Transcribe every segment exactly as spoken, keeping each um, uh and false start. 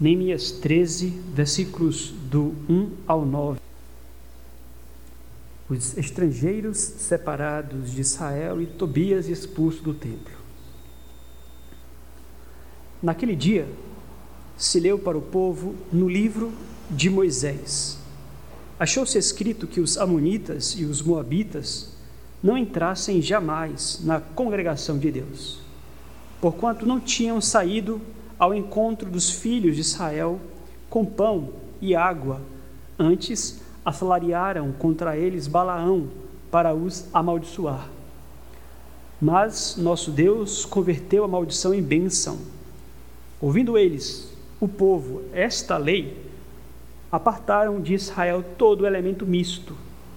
Neemias treze, versículos do um ao nove. Os estrangeiros separados de Israel e Tobias expulsos do templo. Naquele dia, se leu para o povo no livro de Moisés. Achou-se escrito que os amonitas e os moabitas não entrassem jamais na congregação de Deus, porquanto não tinham saído ao encontro dos filhos de Israel com pão e água, antes assalariaram contra eles Balaão para os amaldiçoar. Mas nosso Deus converteu a maldição em bênção. Ouvindo eles, o povo, esta lei, apartaram de Israel todo o elemento misto.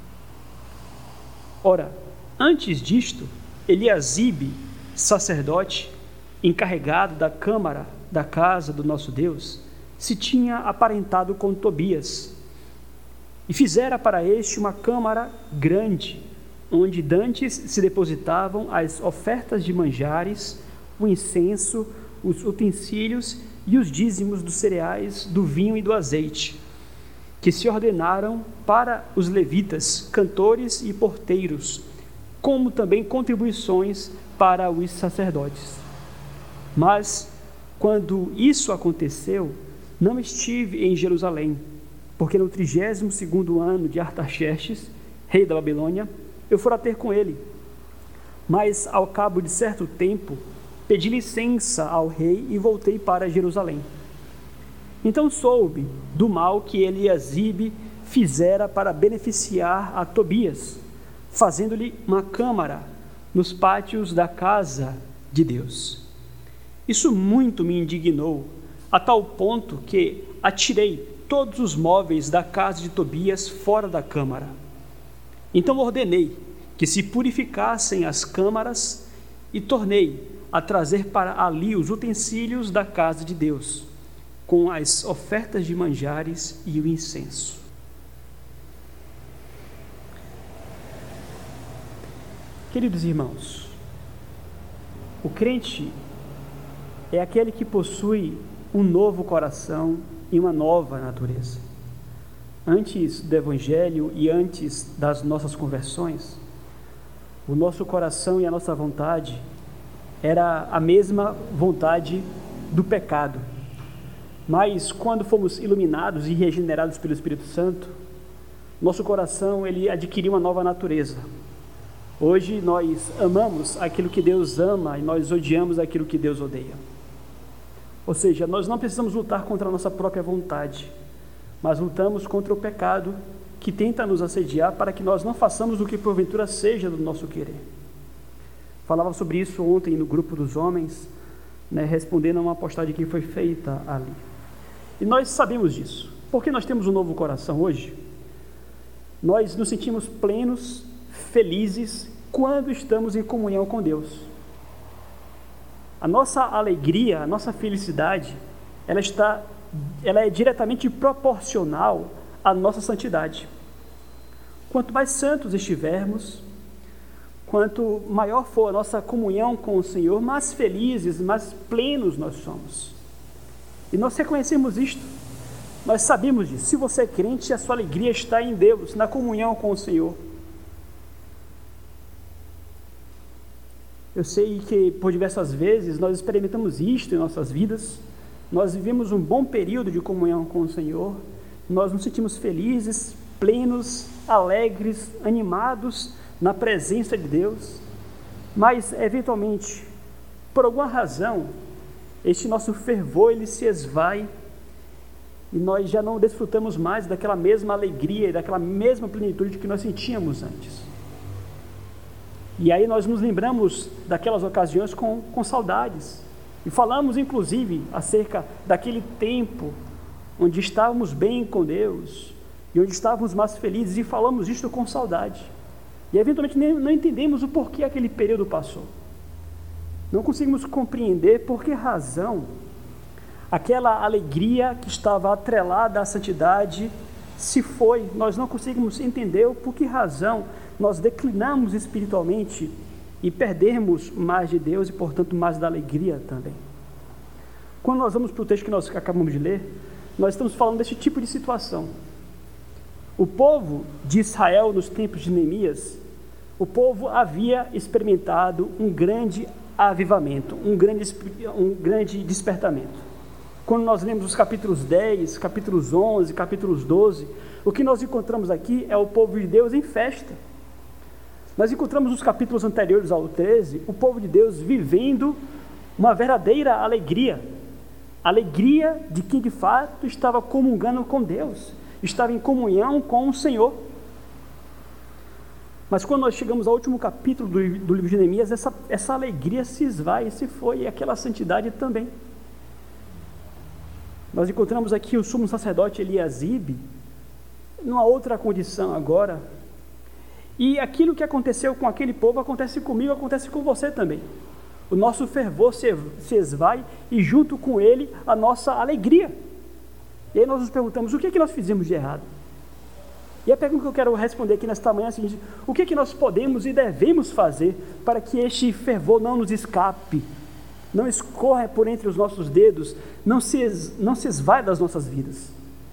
Ora, antes disto, Eliasibe, sacerdote, encarregado da câmara da casa do nosso Deus, se tinha aparentado com Tobias, e fizera para este uma câmara grande, onde dantes se depositavam as ofertas de manjares, o incenso, os utensílios e os dízimos dos cereais, do vinho e do azeite, que se ordenaram para os levitas, cantores e porteiros, como também contribuições para os sacerdotes. Mas, quando isso aconteceu, não estive em Jerusalém, porque no trigésimo segundo ano de Artaxerxes, rei da Babilônia, eu fora ter com ele. Mas, ao cabo de certo tempo, pedi licença ao rei e voltei para Jerusalém. Então soube do mal que Eliasibe fizera para beneficiar a Tobias, fazendo-lhe uma câmara nos pátios da casa de Deus. Isso muito me indignou, a tal ponto que atirei todos os móveis da casa de Tobias fora da câmara. Então ordenei que se purificassem as câmaras e tornei a trazer para ali os utensílios da casa de Deus, com as ofertas de manjares e o incenso. Queridos irmãos, o crente é aquele que possui um novo coração e uma nova natureza. Antes do Evangelho e antes das nossas conversões, o nosso coração e a nossa vontade era a mesma vontade do pecado. Mas quando fomos iluminados e regenerados pelo Espírito Santo, nosso coração ele adquiriu uma nova natureza. Hoje nós amamos aquilo que Deus ama e nós odiamos aquilo que Deus odeia. Ou seja, nós não precisamos lutar contra a nossa própria vontade, mas lutamos contra o pecado que tenta nos assediar para que nós não façamos o que porventura seja do nosso querer. Falava sobre isso ontem no grupo dos homens, né, respondendo a uma postagem que foi feita ali. E nós sabemos disso. Porque nós temos um novo coração hoje, nós nos sentimos plenos, felizes, quando estamos em comunhão com Deus. A nossa alegria, a nossa felicidade, ela, está, ela é diretamente proporcional à nossa santidade. Quanto mais santos estivermos, quanto maior for a nossa comunhão com o Senhor, mais felizes, mais plenos nós somos. E nós reconhecemos isto, nós sabemos disso. Se você é crente, a sua alegria está em Deus, na comunhão com o Senhor. Eu sei que por diversas vezes nós experimentamos isto em nossas vidas, nós vivemos um bom período de comunhão com o Senhor, nós nos sentimos felizes, plenos, alegres, animados na presença de Deus, mas eventualmente, por alguma razão, este nosso fervor ele se esvai e nós já não desfrutamos mais daquela mesma alegria e daquela mesma plenitude que nós sentíamos antes. E aí nós nos lembramos daquelas ocasiões com, com saudades. E falamos, inclusive, acerca daquele tempo onde estávamos bem com Deus e onde estávamos mais felizes, e falamos isto com saudade. E, eventualmente, nem, não entendemos o porquê aquele período passou. Não conseguimos compreender por que razão aquela alegria que estava atrelada à santidade se foi. Nós não conseguimos entender por que razão nós declinamos espiritualmente e perdemos mais de Deus e, portanto, mais da alegria também. Quando nós vamos para o texto que nós acabamos de ler, nós estamos falando desse tipo de situação. O povo de Israel, nos tempos de Neemias, o povo havia experimentado um grande avivamento, um grande, um grande despertamento. Quando nós lemos os capítulos dez, capítulos onze, capítulos doze, o que nós encontramos aqui é o povo de Deus em festa. Nós encontramos nos capítulos anteriores ao treze, o povo de Deus vivendo uma verdadeira alegria, alegria de quem de fato estava comungando com Deus, estava em comunhão com o Senhor. Mas quando nós chegamos ao último capítulo do, do livro de Neemias, essa, essa alegria se esvai, se foi, e aquela santidade também. Nós encontramos aqui o sumo sacerdote Eliasibe, numa outra condição agora, e aquilo que aconteceu com aquele povo acontece comigo, acontece com você também. O nosso fervor se, se esvai e junto com ele a nossa alegria. E aí nós nos perguntamos, o que é que nós fizemos de errado? E a pergunta que eu quero responder aqui nesta manhã é a seguinte: o que é que nós podemos e devemos fazer para que este fervor não nos escape, não escorra por entre os nossos dedos, não se, não se esvai das nossas vidas?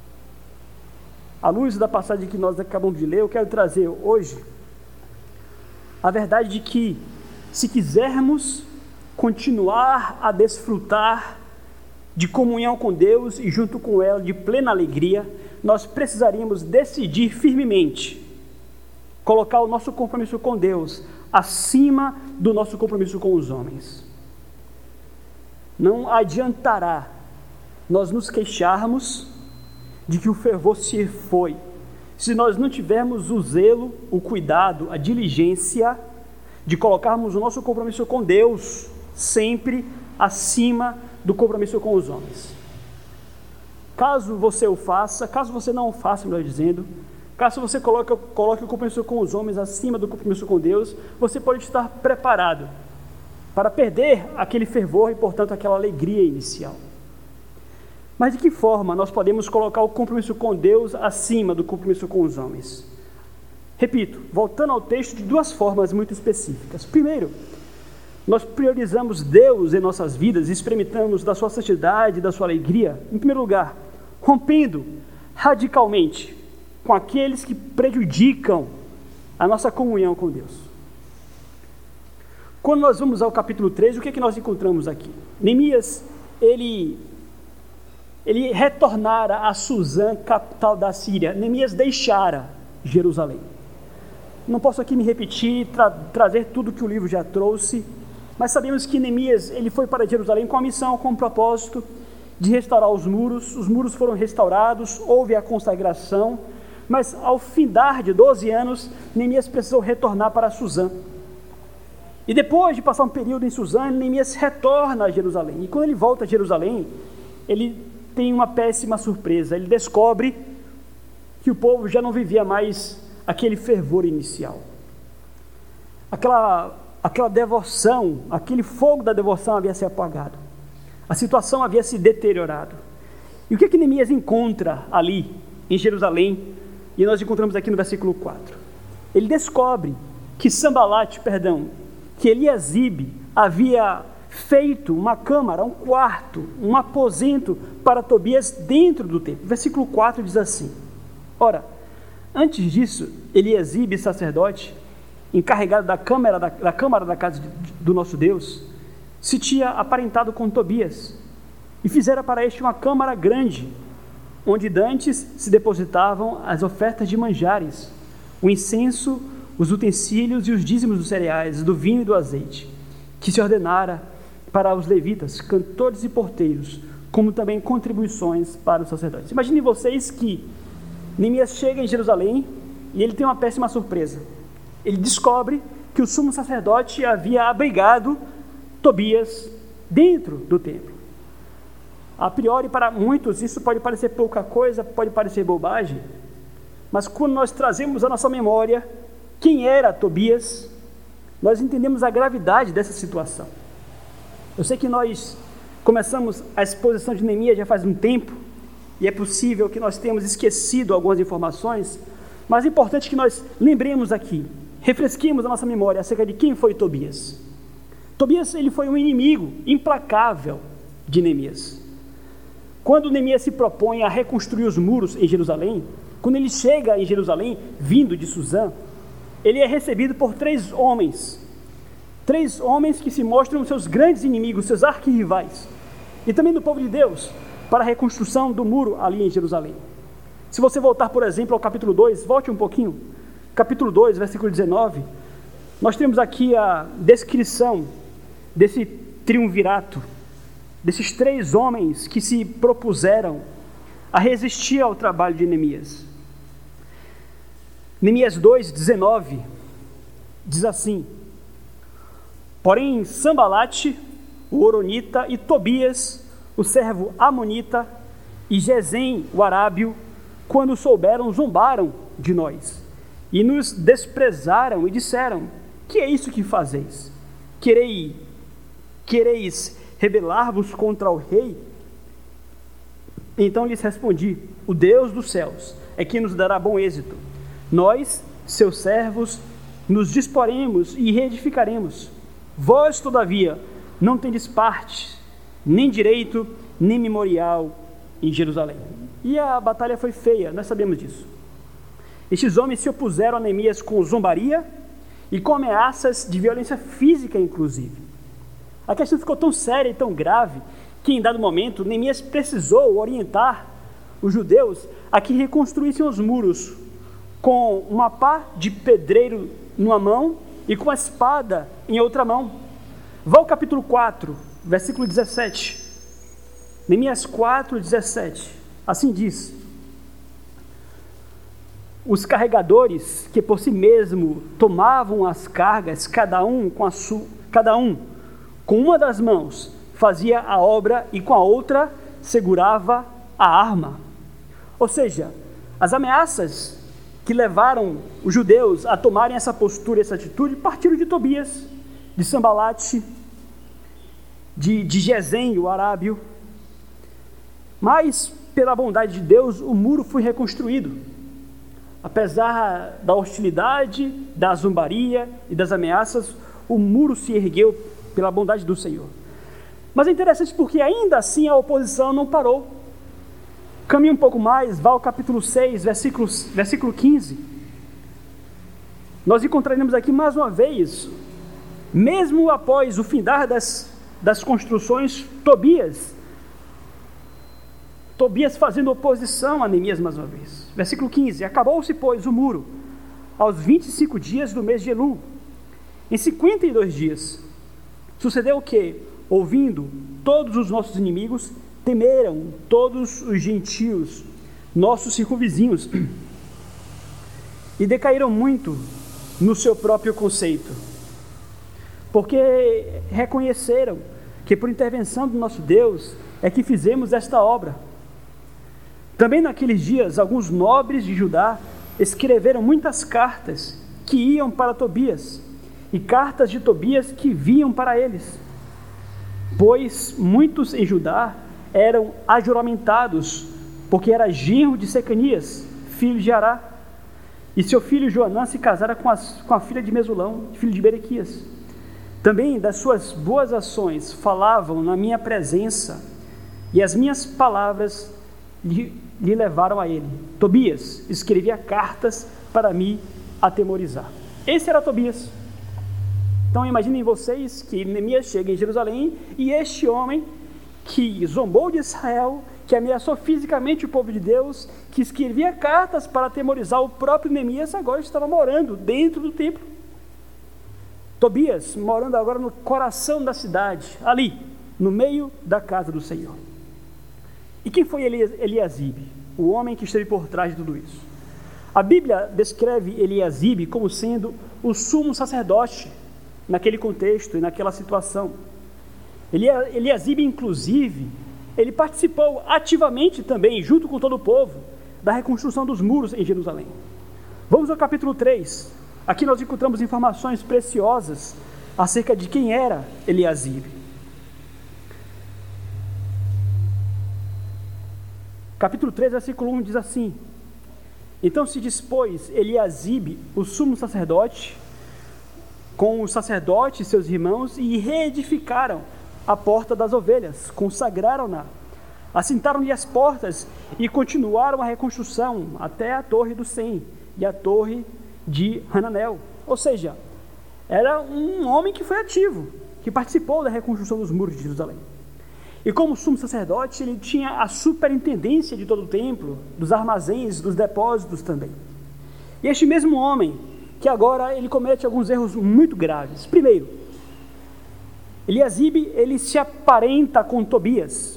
À luz da passagem que nós acabamos de ler, eu quero trazer hoje a verdade de que, se quisermos continuar a desfrutar de comunhão com Deus e junto com ela de plena alegria, nós precisaríamos decidir firmemente colocar o nosso compromisso com Deus acima do nosso compromisso com os homens. Não adiantará nós nos queixarmos de que o fervor se foi, se nós não tivermos o zelo, o cuidado, a diligência de colocarmos o nosso compromisso com Deus sempre acima do compromisso com os homens. Caso você o faça, caso você não o faça, melhor dizendo, caso você coloque, coloque o compromisso com os homens acima do compromisso com Deus, você pode estar preparado para perder aquele fervor e, portanto, aquela alegria inicial. Mas de que forma nós podemos colocar o compromisso com Deus acima do compromisso com os homens? Repito, voltando ao texto, de duas formas muito específicas. Primeiro, nós priorizamos Deus em nossas vidas e experimentamos da sua santidade, da sua alegria, em primeiro lugar, rompendo radicalmente com aqueles que prejudicam a nossa comunhão com Deus. Quando nós vamos ao capítulo treze, o que é que nós encontramos aqui? Neemias, ele, ele retornara a Suzã, capital da Síria. Neemias deixara Jerusalém. Não posso aqui me repetir, tra- trazer tudo que o livro já trouxe, mas sabemos que Neemias, ele foi para Jerusalém com a missão, com o propósito de restaurar os muros. Os muros foram restaurados, houve a consagração, mas ao findar de doze anos, Neemias precisou retornar para Suzã. E depois de passar um período em Suzã, Neemias retorna a Jerusalém. E quando ele volta a Jerusalém, ele tem uma péssima surpresa. Ele descobre que o povo já não vivia mais aquele fervor inicial. Aquela, aquela devoção, aquele fogo da devoção havia se apagado. A situação havia se deteriorado. E o que é que Neemias encontra ali em Jerusalém? E nós encontramos aqui no versículo quatro. Ele descobre que Sambalate, perdão, que Eliasibe havia feito uma câmara, um quarto, um aposento para Tobias dentro do templo. Versículo quatro diz assim: ora, antes disso, Eliasibe, sacerdote, encarregado da câmara da, da, câmara da casa de, do nosso Deus, se tinha aparentado com Tobias e fizera para este uma câmara grande, onde dantes se depositavam as ofertas de manjares, o incenso, os utensílios e os dízimos dos cereais, do vinho e do azeite, que se ordenara para os levitas, cantores e porteiros, como também contribuições para os sacerdotes. Imaginem vocês que Neemias chega em Jerusalém e ele tem uma péssima surpresa. Ele descobre que o sumo sacerdote havia abrigado Tobias dentro do templo. A priori, para muitos, isso pode parecer pouca coisa, pode parecer bobagem, mas quando nós trazemos à nossa memória quem era Tobias, nós entendemos a gravidade dessa situação. Eu sei que nós começamos a exposição de Neemias já faz um tempo, e é possível que nós tenhamos esquecido algumas informações, mas é importante que nós lembremos aqui, refresquemos a nossa memória acerca de quem foi Tobias. Tobias, ele foi um inimigo implacável de Neemias. quando Neemias se propõe a reconstruir os muros em Jerusalém, quando ele chega em Jerusalém, vindo de Suzã, ele é recebido por três homens, três homens que se mostram seus grandes inimigos, seus arquirrivais, e também do povo de Deus, para a reconstrução do muro ali em Jerusalém. Se você voltar, por exemplo, ao capítulo dois, volte um pouquinho, capítulo dois, versículo dezenove, nós temos aqui a descrição desse triunvirato, desses três homens que se propuseram a resistir ao trabalho de Neemias. Neemias dois, dezenove, diz assim: porém Sambalate, o Horonita, e Tobias, o servo Amonita, e Gesem, o Arábio, quando souberam, zombaram de nós, e nos desprezaram e disseram: que é isso que fazeis? Querei, quereis rebelar-vos contra o rei? Então lhes respondi: o Deus dos céus é quem nos dará bom êxito. Nós, seus servos, nos disporemos e reedificaremos. Vós, todavia, não tendes parte, nem direito, nem memorial em Jerusalém. E a batalha foi feia, nós sabemos disso. Estes homens se opuseram a Neemias com zombaria e com ameaças de violência física, inclusive. A questão ficou tão séria e tão grave que, em dado momento, Neemias precisou orientar os judeus a que reconstruíssem os muros com uma pá de pedreiro numa mão e com a espada em outra mão. Vá ao capítulo quatro, versículo dezessete. Neemias quatro, dezessete. Assim diz: os carregadores que por si mesmo tomavam as cargas, cada um com a sua, cada um com uma das mãos fazia a obra e com a outra segurava a arma. Ou seja, as ameaças que levaram os judeus a tomarem essa postura, essa atitude, partiram de Tobias, de Sambalate, de, de Gesem, o Arábio. Mas, pela bondade de Deus, o muro foi reconstruído. Apesar da hostilidade, da zombaria e das ameaças, o muro se ergueu pela bondade do Senhor. Mas é interessante porque ainda assim a oposição não parou. Caminhe um pouco mais, vá ao capítulo seis, versículo, versículo quinze. Nós encontraremos aqui mais uma vez, mesmo após o findar das, das construções, Tobias, Tobias fazendo oposição a Neemias mais uma vez. Versículo quinze: acabou-se, pois, o muro, aos vinte e cinco dias do mês de Elul. Em cinquenta e dois dias, sucedeu o que, ouvindo todos os nossos inimigos, temeram todos os gentios, nossos circunvizinhos, e decaíram muito no seu próprio conceito, porque reconheceram que por intervenção do nosso Deus é que fizemos esta obra. Também naqueles dias, alguns nobres de Judá escreveram muitas cartas que iam para Tobias, e cartas de Tobias que vinham para eles, pois muitos em Judá eram ajuramentados, porque era genro de Secanias, filho de Ará, e seu filho Joanã se casara com, as, com a filha de Mesulão, filho de Berequias. Também das suas boas ações falavam na minha presença, e as minhas palavras lhe, lhe levaram a ele. Tobias escrevia cartas para me atemorizar. Esse era Tobias. Então imaginem vocês que Neemias chega em Jerusalém e este homem que zombou de Israel, que ameaçou fisicamente o povo de Deus, que escrevia cartas para atemorizar o próprio Neemias, agora estava morando dentro do templo. Tobias morando agora no coração da cidade, ali, no meio da casa do Senhor. E quem foi Eliasibe, o homem que esteve por trás de tudo isso? A Bíblia descreve Eliasibe como sendo o sumo sacerdote naquele contexto e naquela situação. Eliasibe, inclusive, ele participou ativamente também, junto com todo o povo, da reconstrução dos muros em Jerusalém. Vamos ao capítulo três. Aqui nós encontramos informações preciosas acerca de quem era Eliasibe. Capítulo três, versículo um diz assim: então se dispôs Eliasibe, o sumo sacerdote, com os sacerdotes, seus irmãos, e reedificaram a porta das ovelhas, consagraram-na, Assentaram-lhe as portas e continuaram a reconstrução até a torre do Sem e a torre de Hananel. Ou seja, era um homem que foi ativo, que participou da reconstrução dos muros de Jerusalém. E como sumo sacerdote, ele tinha a superintendência de todo o templo, dos armazéns, dos depósitos também. E este mesmo homem, que agora ele comete alguns erros muito graves. Primeiro, Eliasibe, ele se aparenta com Tobias.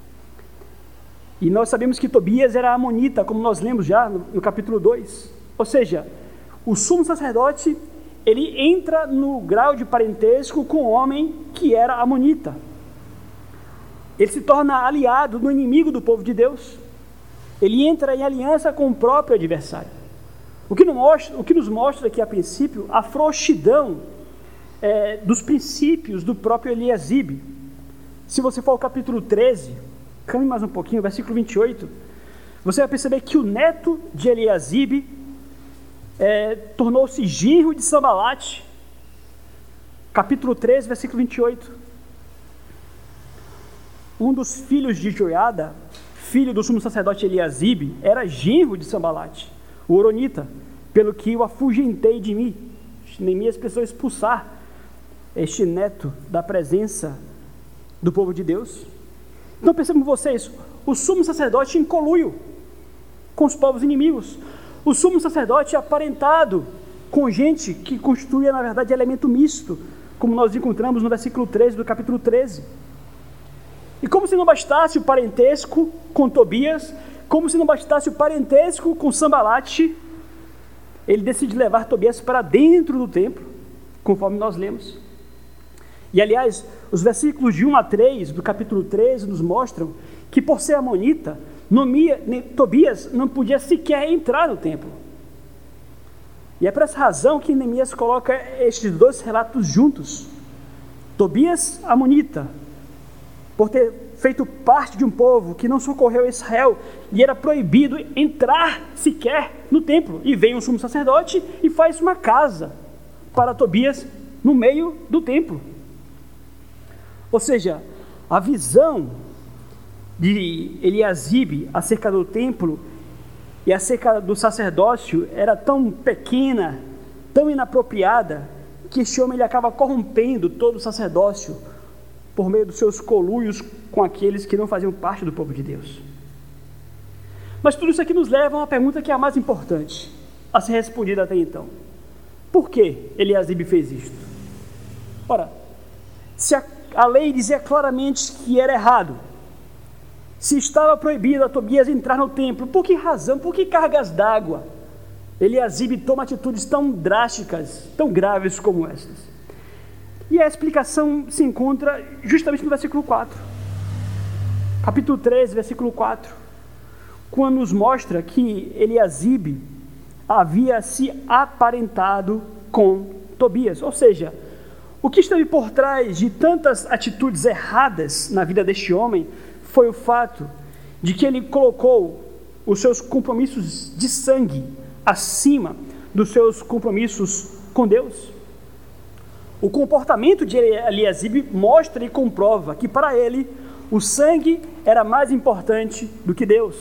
E nós sabemos que Tobias era amonita, como nós lemos já no, no capítulo dois. Ou seja, o sumo sacerdote, ele entra no grau de parentesco com o homem que era amonita. Ele se torna aliado no inimigo do povo de Deus. Ele entra em aliança com o próprio adversário. O que, mostra, o que nos mostra aqui, a princípio, a frouxidão é, dos princípios do próprio Eliasibe. Se você for ao capítulo treze, caminhe mais um pouquinho, versículo vinte e oito, você vai perceber que o neto de Eliasibe é, tornou-se genro de Sambalate. Capítulo treze, versículo vinte e oito. Um dos filhos de Joiada, filho do sumo sacerdote Eliasibe, era genro de Sambalate, o horonita, pelo que o afugentei de mim. Neemias precisou expulsar este neto da presença do povo de Deus. Então percebam vocês, o sumo sacerdote em conluio com os povos inimigos, o sumo sacerdote aparentado com gente que constituía na verdade elemento misto, como nós encontramos no versículo treze do capítulo treze. E como se não bastasse o parentesco com Tobias, como se não bastasse o parentesco com Sambalate, ele decide levar Tobias para dentro do templo, conforme nós lemos. E aliás, os versículos de um a três do capítulo treze nos mostram que, por ser amonita, Nomia, Tobias não podia sequer entrar no templo. E é por essa razão que Neemias coloca estes dois relatos juntos. Tobias, amonita, por ter feito parte de um povo que não socorreu Israel e era proibido entrar sequer no templo. E vem um sumo sacerdote e faz uma casa para Tobias no meio do templo. Ou seja, a visão de Eliasibe acerca do templo e acerca do sacerdócio era tão pequena, tão inapropriada, que este homem ele acaba corrompendo todo o sacerdócio por meio dos seus conluios com aqueles que não faziam parte do povo de Deus. Mas tudo isso aqui nos leva a uma pergunta que é a mais importante a ser respondida até então. Por que Eliasibe fez isto? Ora, se a, a lei dizia claramente que era errado, se estava proibido a Tobias entrar no templo, por que razão, por que cargas d'água Eliasibe toma atitudes tão drásticas, tão graves como estas? E a explicação se encontra justamente no versículo quatro. Capítulo treze, versículo quatro. Quando nos mostra que Eliasibe havia se aparentado com Tobias. Ou seja, o que esteve por trás de tantas atitudes erradas na vida deste homem foi o fato de que ele colocou os seus compromissos de sangue acima dos seus compromissos com Deus. O comportamento de Eliasibe mostra e comprova que para ele o sangue era mais importante do que Deus.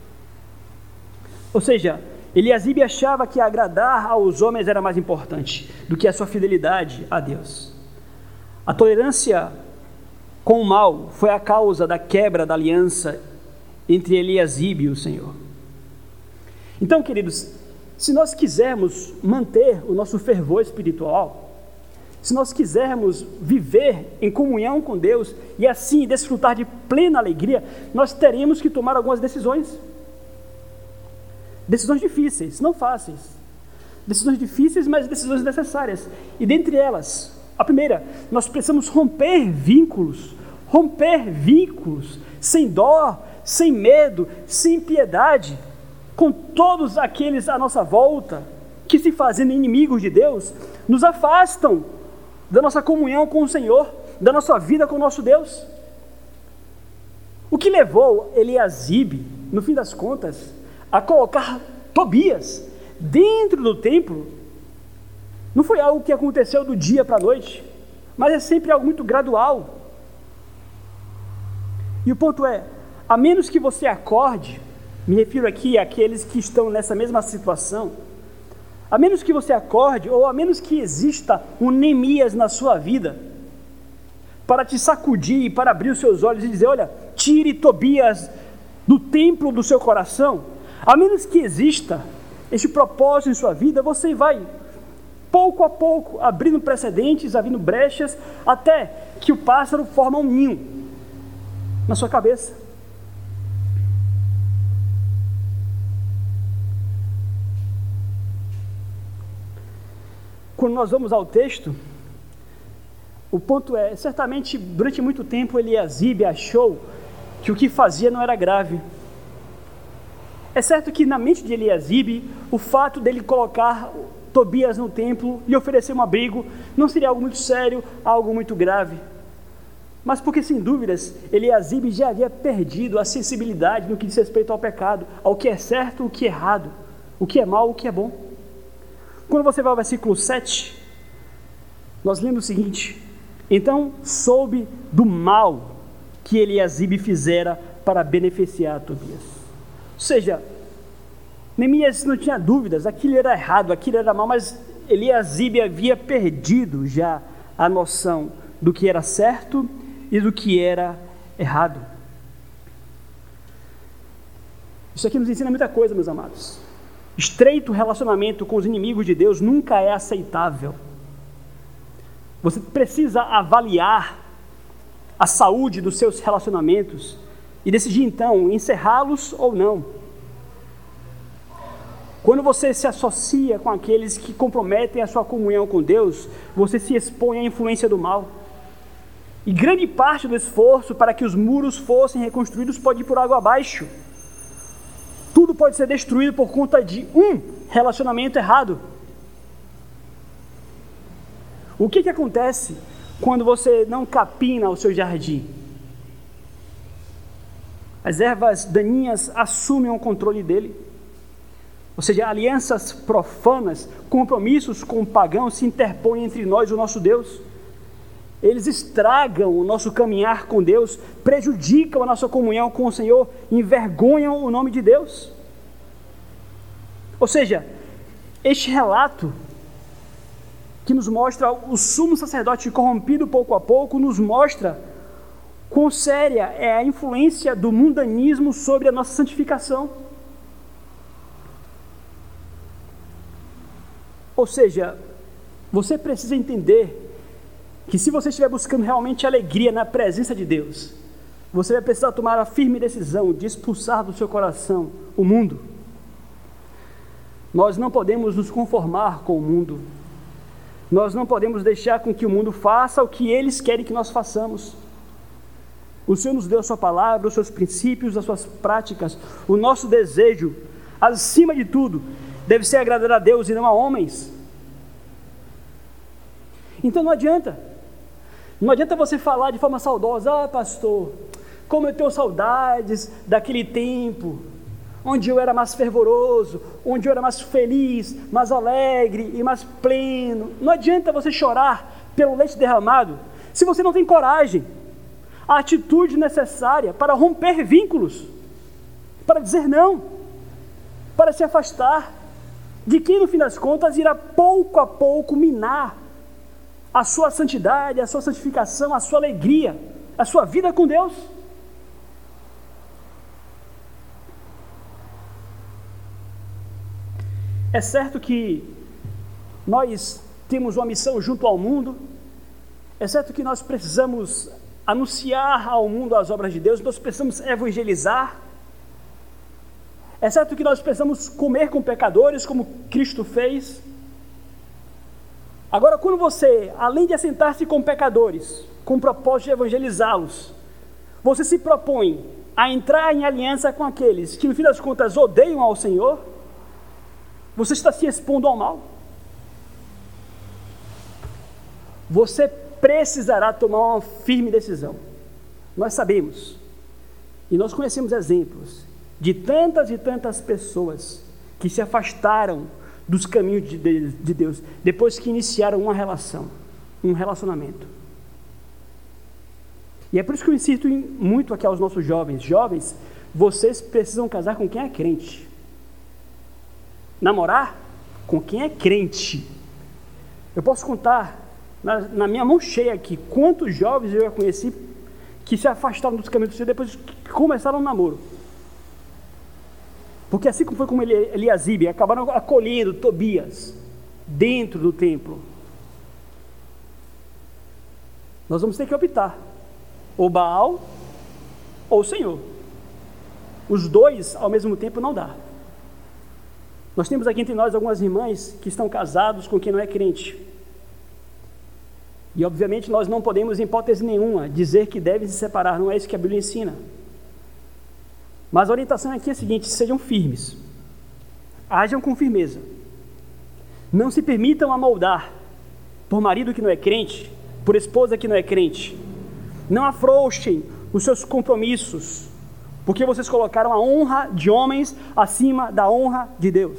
Ou seja, Eliasibe achava que agradar aos homens era mais importante do que a sua fidelidade a Deus. A tolerância com o mal foi a causa da quebra da aliança entre Eliasibe e o Senhor. Então, queridos, se nós quisermos manter o nosso fervor espiritual, se nós quisermos viver em comunhão com Deus e assim desfrutar de plena alegria, nós teremos que tomar algumas decisões. Decisões difíceis, não fáceis. Decisões difíceis, mas decisões necessárias. E dentre elas, a primeira, nós precisamos romper vínculos, romper vínculos, sem dó, sem medo, sem piedade, com todos aqueles à nossa volta, que se fazendo inimigos de Deus, nos afastam da nossa comunhão com o Senhor, da nossa vida com o nosso Deus. O que levou Eliasibe, no fim das contas, a colocar Tobias dentro do templo, não foi algo que aconteceu do dia para a noite, mas é sempre algo muito gradual. E o ponto é, a menos que você acorde, me refiro aqui àqueles que estão nessa mesma situação, a menos que você acorde, ou a menos que exista um Neemias na sua vida, para te sacudir, para abrir os seus olhos e dizer, olha, tire Tobias do templo do seu coração, a menos que exista este propósito em sua vida, você vai, pouco a pouco, abrindo precedentes, abrindo brechas, até que o pássaro forma um ninho na sua cabeça. Quando nós vamos ao texto, o ponto é, certamente, durante muito tempo, Eliasibe achou que o que fazia não era grave. É certo que na mente de Eliasibe, o fato dele colocar Tobias no templo, lhe oferecer um abrigo, não seria algo muito sério, algo muito grave. Mas porque, sem dúvidas, Eliasibe já havia perdido a sensibilidade no que diz respeito ao pecado, ao que é certo, o que é errado, o que é mal, o que é bom. Quando você vai ao versículo sete, nós lemos o seguinte: então soube do mal que Eliasibe fizera para beneficiar Tobias. Ou seja, Neemias não tinha dúvidas, aquilo era errado, aquilo era mal, mas Eliasibe havia perdido já a noção do que era certo e do que era errado. Isso aqui nos ensina muita coisa, meus amados. Estreito relacionamento com os inimigos de Deus nunca é aceitável. Você precisa avaliar a saúde dos seus relacionamentos e decidir então encerrá-los ou não. Quando você se associa com aqueles que comprometem a sua comunhão com Deus, você se expõe à influência do mal. E grande parte do esforço para que os muros fossem reconstruídos pode ir por água abaixo. Tudo pode ser destruído por conta de um relacionamento errado. O que que acontece quando você não capina o seu jardim? As ervas daninhas assumem o controle dele. Ou seja, alianças profanas, compromissos com o pagão se interpõem entre nós e o nosso Deus. Eles estragam o nosso caminhar com Deus, prejudicam a nossa comunhão com o Senhor, envergonham o nome de Deus. Ou seja, este relato que nos mostra o sumo sacerdote corrompido pouco a pouco, nos mostra quão séria é a influência do mundanismo sobre a nossa santificação. Ou seja, você precisa entender que se você estiver buscando realmente alegria na presença de Deus, você vai precisar tomar a firme decisão de expulsar do seu coração o mundo. Nós não podemos nos conformar com o mundo. Nós não podemos deixar com que o mundo faça o que eles querem que nós façamos. O Senhor nos deu a sua palavra, os seus princípios, as suas práticas. O nosso desejo, acima de tudo, deve ser agradar a Deus e não a homens. Então não adianta. Não adianta você falar de forma saudosa: ah, pastor, como eu tenho saudades daquele tempo onde eu era mais fervoroso, onde eu era mais feliz, mais alegre e mais pleno. Não adianta você chorar pelo leite derramado se você não tem coragem, a atitude necessária para romper vínculos, para dizer não, para se afastar de quem no fim das contas irá pouco a pouco minar a sua santidade, a sua santificação, a sua alegria, a sua vida com Deus. É certo que nós temos uma missão junto ao mundo, é certo que nós precisamos anunciar ao mundo as obras de Deus, nós precisamos evangelizar, é certo que nós precisamos comer com pecadores, como Cristo fez. Agora, quando você, além de assentar-se com pecadores, com o propósito de evangelizá-los, você se propõe a entrar em aliança com aqueles que, no fim das contas, odeiam ao Senhor, você está se expondo ao mal. Você precisará tomar uma firme decisão. Nós sabemos, e nós conhecemos exemplos, de tantas e tantas pessoas que se afastaram dos caminhos de, de, de Deus, depois que iniciaram uma relação, um relacionamento. E é por isso que eu insisto em, muito aqui aos nossos jovens. Jovens, vocês precisam casar com quem é crente. Namorar com quem é crente. Eu posso contar, na, na minha mão cheia aqui, quantos jovens eu já conheci que se afastaram dos caminhos do Senhor depois que começaram o namoro. Porque assim como foi com Eliasibe, acabaram acolhendo Tobias dentro do templo. Nós vamos ter que optar, ou Baal ou o Senhor. Os dois ao mesmo tempo não dá. Nós temos aqui entre nós algumas irmãs que estão casados com quem não é crente. E obviamente nós não podemos, em hipótese nenhuma, dizer que devem se separar, não é isso que a Bíblia ensina. Mas a orientação aqui é a seguinte: sejam firmes, hajam com firmeza, não se permitam amoldar por marido que não é crente, por esposa que não é crente, não afrouxem os seus compromissos, porque vocês colocaram a honra de homens acima da honra de Deus.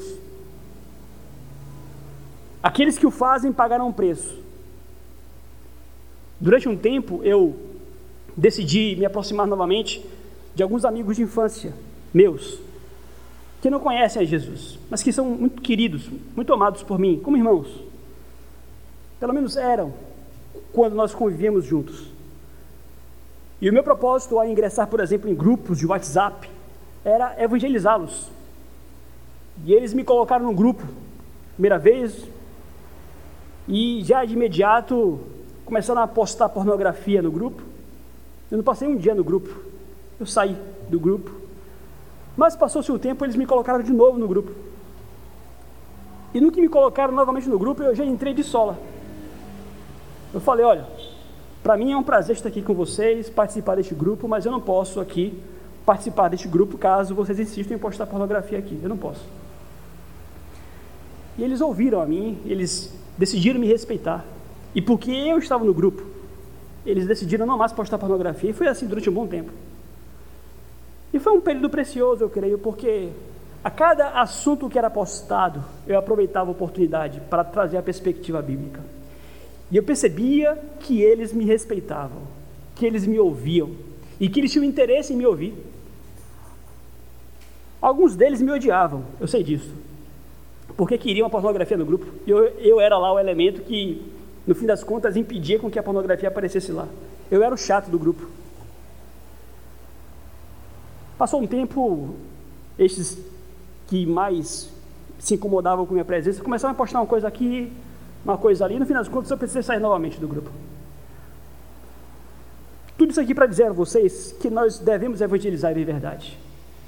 Aqueles que o fazem pagarão um preço. Durante um tempo eu decidi me aproximar novamente de alguns amigos de infância meus, que não conhecem a Jesus, mas que são muito queridos, muito amados por mim, como irmãos. Pelo menos eram, quando nós convivíamos juntos. E o meu propósito ao ingressar, por exemplo, em grupos de WhatsApp, era evangelizá-los. E eles me colocaram no grupo, primeira vez, e já de imediato começaram a postar pornografia no grupo. Eu não passei um dia no grupo, eu saí do grupo. Mas passou-se um tempo, eles me colocaram de novo no grupo. E no que me colocaram novamente no grupo, eu já entrei de sola. Eu falei: olha, para mim é um prazer estar aqui com vocês, participar deste grupo, mas eu não posso aqui participar deste grupo caso vocês insistam em postar pornografia aqui, eu não posso. E eles ouviram a mim, eles decidiram me respeitar. E porque eu estava no grupo, eles decidiram não mais postar pornografia, e foi assim durante um bom tempo. E foi um período precioso, eu creio, porque a cada assunto que era postado, eu aproveitava a oportunidade para trazer a perspectiva bíblica. E eu percebia que eles me respeitavam, que eles me ouviam, e que eles tinham interesse em me ouvir. Alguns deles me odiavam, eu sei disso, porque queriam a pornografia no grupo. Eu, eu era lá o elemento que, no fim das contas, impedia com que a pornografia aparecesse lá. Eu era o chato do grupo. Passou um tempo, estes que mais se incomodavam com minha presença começaram a postar uma coisa aqui, uma coisa ali, no fim das contas eu precisei sair novamente do grupo. Tudo isso aqui para dizer a vocês que nós devemos evangelizar em verdade.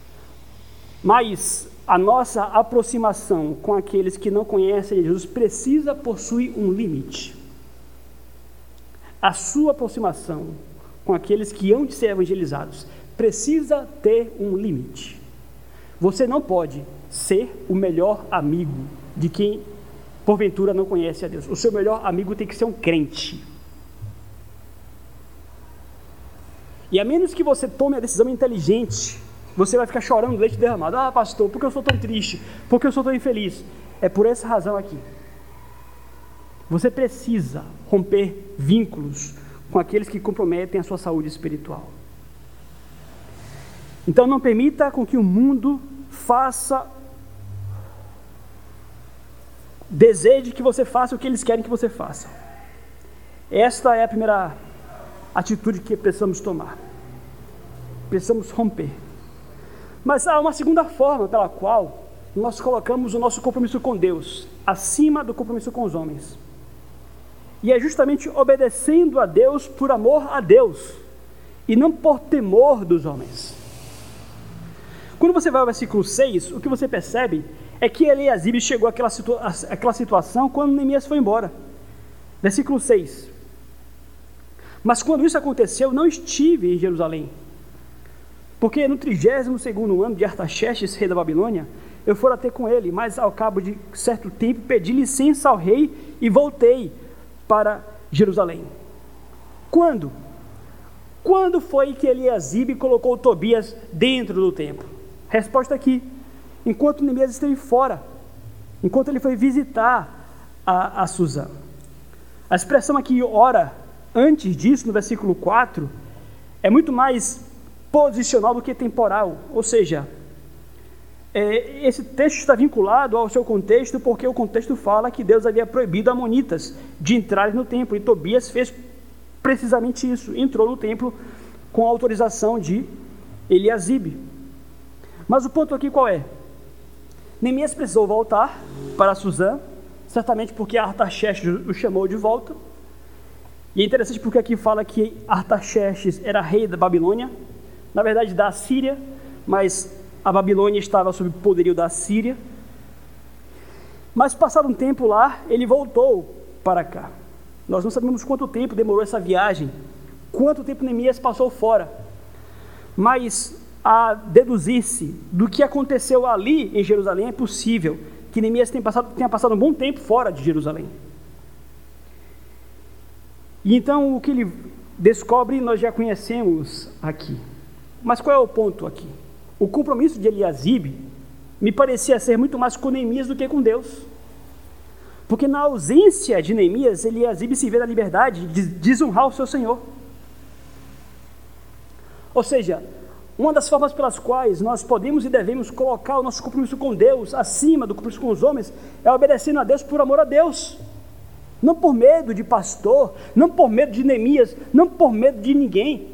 Mas a nossa aproximação com aqueles que não conhecem Jesus precisa possuir um limite. A sua aproximação com aqueles que hão de ser evangelizados precisa ter um limite. Você não pode ser o melhor amigo de quem porventura não conhece a Deus. O seu melhor amigo tem que ser um crente. E a menos que você tome a decisão inteligente, você vai ficar chorando leite derramado. Ah, pastor, por que eu sou tão triste? Por que eu sou tão infeliz? É por essa razão aqui. Você precisa romper vínculos com aqueles que comprometem a sua saúde espiritual. Então não permita com que o mundo faça, deseje que você faça o que eles querem que você faça. Esta é a primeira atitude que precisamos tomar. Precisamos romper. Mas há uma segunda forma pela qual nós colocamos o nosso compromisso com Deus acima do compromisso com os homens. E é justamente obedecendo a Deus por amor a Deus e não por temor dos homens. Quando você vai ao versículo seis, o que você percebe é que Eliasibe chegou àquela, situa- àquela situação quando Neemias foi embora. Versículo seis. Mas quando isso aconteceu, não estive em Jerusalém, porque no trigésimo segundo ano de Artaxerxes, rei da Babilônia, eu fora ter com ele, mas ao cabo de certo tempo pedi licença ao rei e voltei para Jerusalém. Quando? Quando foi que Eliasibe colocou Tobias dentro do templo? Resposta aqui: enquanto Neemias esteve fora, enquanto ele foi visitar a, a Susã. A expressão aqui, ora, antes disso, no versículo quatro, é muito mais posicional do que temporal, ou seja, é, esse texto está vinculado ao seu contexto, porque o contexto fala que Deus havia proibido amonitas de entrarem no templo, e Tobias fez precisamente isso, entrou no templo com a autorização de Eliasibe. Mas o ponto aqui qual é? Neemias precisou voltar para Suzã, certamente porque Artaxerxes o chamou de volta. E é interessante porque aqui fala que Artaxerxes era rei da Babilônia, na verdade da Assíria, mas a Babilônia estava sob o poderio da Assíria. Mas passado um tempo lá, ele voltou para cá. Nós não sabemos quanto tempo demorou essa viagem, quanto tempo Neemias passou fora, mas a deduzir-se do que aconteceu ali em Jerusalém é possível que Neemias tenha passado, tenha passado um bom tempo fora de Jerusalém. E então o que ele descobre nós já conhecemos aqui. Mas qual é o ponto aqui? O compromisso de Eliasibe me parecia ser muito mais com Neemias do que com Deus. Porque na ausência de Neemias, Eliasibe se vê na liberdade de desonrar o seu Senhor. Ou seja, uma das formas pelas quais nós podemos e devemos colocar o nosso compromisso com Deus acima do compromisso com os homens é obedecendo a Deus por amor a Deus. Não por medo de pastor, não por medo de Neemias, não por medo de ninguém.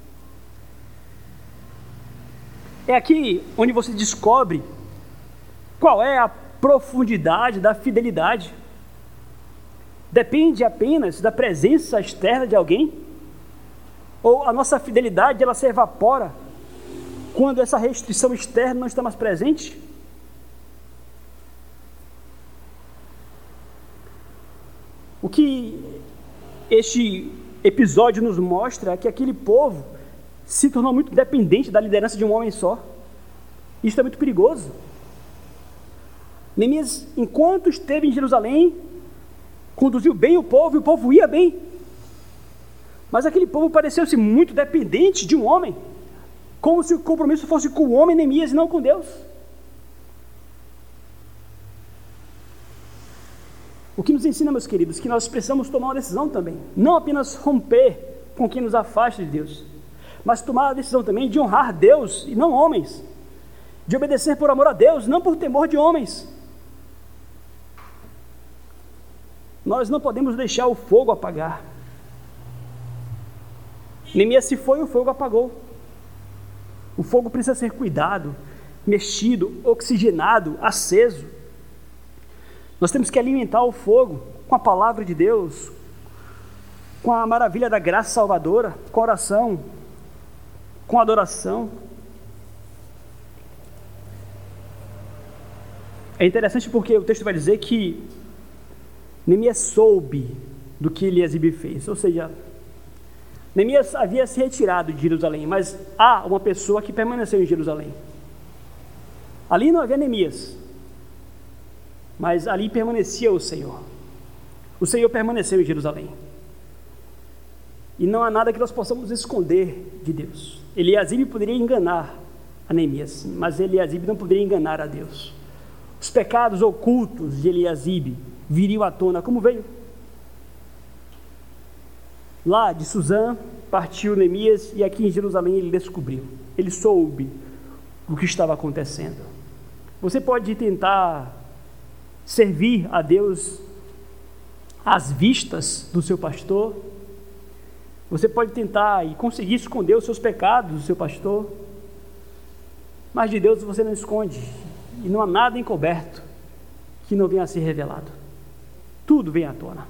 É aqui onde você descobre qual é a profundidade da fidelidade. Depende apenas da presença externa de alguém? Ou a nossa fidelidade ela se evapora quando essa restrição externa não está mais presente? O que este episódio nos mostra é que aquele povo se tornou muito dependente da liderança de um homem só. Isso é muito perigoso. Neemias, enquanto esteve em Jerusalém, conduziu bem o povo e o povo ia bem. Mas aquele povo pareceu-se muito dependente de um homem, como se o compromisso fosse com o homem Neemias e não com Deus. O que nos ensina, meus queridos, que nós precisamos tomar uma decisão também, não apenas romper com quem nos afasta de Deus, mas tomar a decisão também de honrar Deus e não homens, de obedecer por amor a Deus, não por temor de homens. Nós não podemos deixar o fogo apagar. Neemias se foi, o fogo apagou. O fogo precisa ser cuidado, mexido, oxigenado, aceso. Nós temos que alimentar o fogo com a palavra de Deus, com a maravilha da graça salvadora, com a oração, com a adoração. É interessante porque o texto vai dizer que Neemias soube do que Eliasibe fez, ou seja, Neemias havia se retirado de Jerusalém, mas há uma pessoa que permaneceu em Jerusalém. Ali não havia Neemias, mas ali permanecia o Senhor. O Senhor permaneceu em Jerusalém. E não há nada que nós possamos esconder de Deus. Eliasibe poderia enganar a Neemias, mas Eliasibe não poderia enganar a Deus. Os pecados ocultos de Eliasibe viriam à tona, como veio. Lá de Suzã partiu Neemias e aqui em Jerusalém ele descobriu, ele soube o que estava acontecendo. Você pode tentar servir a Deus às vistas do seu pastor, você pode tentar e conseguir esconder os seus pecados do seu pastor, mas de Deus você não esconde, e não há nada encoberto que não venha a ser revelado. Tudo vem à tona.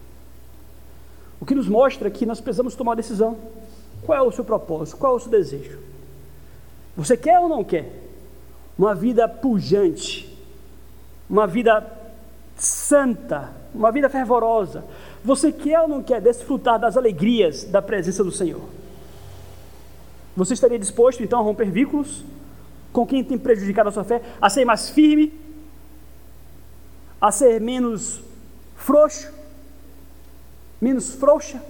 O que nos mostra que nós precisamos tomar uma decisão. Qual é o seu propósito? Qual é o seu desejo? Você quer ou não quer uma vida pujante, uma vida santa, uma vida fervorosa? Você quer ou não quer desfrutar das alegrias da presença do Senhor? Você estaria disposto então a romper vínculos com quem tem prejudicado a sua fé, a ser mais firme, a ser menos frouxo, menos frouxa?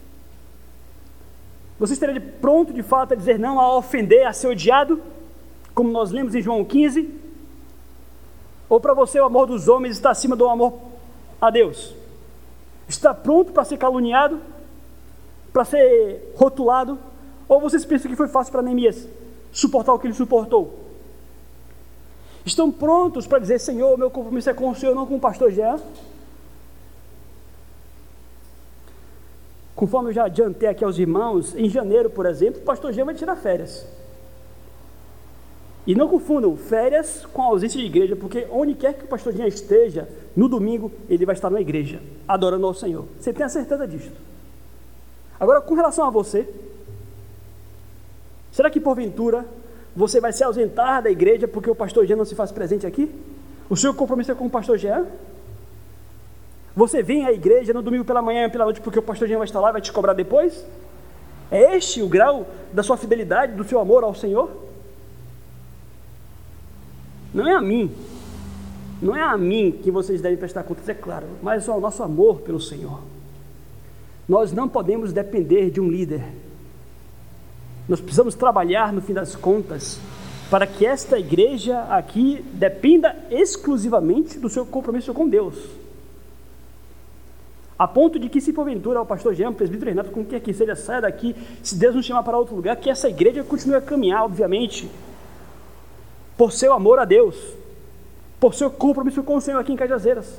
Você estaria pronto de fato a dizer não, a ofender, a ser odiado, como nós lemos em João quinze? Ou para você o amor dos homens está acima do amor a Deus? Está pronto para ser caluniado, para ser rotulado, Ou vocês pensam que foi fácil para Neemias suportar o que ele suportou? Estão prontos para dizer: Senhor, meu compromisso é com o Senhor, não com o pastor Jean? Conforme eu já adiantei aqui aos irmãos, em janeiro, por exemplo, o pastor Jean vai tirar férias. E não confundam férias com a ausência de igreja, porque onde quer que o pastor Jean esteja, no domingo, ele vai estar na igreja, adorando ao Senhor. Você tem a certeza disso. Agora, com relação a você, será que porventura você vai se ausentar da igreja porque o pastor Jean não se faz presente aqui? O seu compromisso é com o pastor Jean? Você vem à igreja no domingo pela manhã e pela noite porque o pastor Jean vai estar lá e vai te cobrar depois? É este o grau da sua fidelidade, do seu amor ao Senhor? Não é a mim, não é a mim que vocês devem prestar contas, é claro, mas ao nosso amor pelo Senhor. Nós não podemos depender de um líder. Nós precisamos trabalhar, no fim das contas, para que esta igreja aqui dependa exclusivamente do seu compromisso com Deus. A ponto de que, se porventura o pastor Jean, o presbítero Renato, como quer que seja, saia daqui, se Deus nos chamar para outro lugar, que essa igreja continue a caminhar, obviamente, por seu amor a Deus, por seu compromisso com o Senhor aqui em Cajazeiras.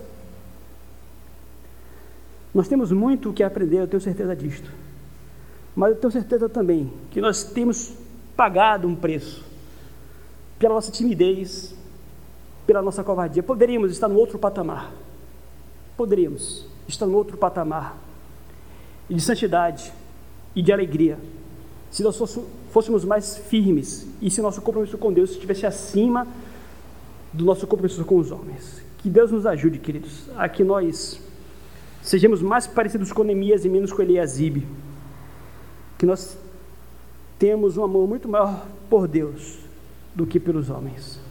Nós temos muito o que aprender, eu tenho certeza disto. Mas eu tenho certeza também que nós temos pagado um preço pela nossa timidez, pela nossa covardia. Poderíamos estar no outro patamar. Poderíamos estar no outro patamar de santidade e de alegria, se nós fôssemos mais firmes e se nosso compromisso com Deus estivesse acima do nosso compromisso com os homens. Que Deus nos ajude, queridos, a que nós sejamos mais parecidos com Neemias e menos com Eliasibe. Que nós temos um amor muito maior por Deus do que pelos homens.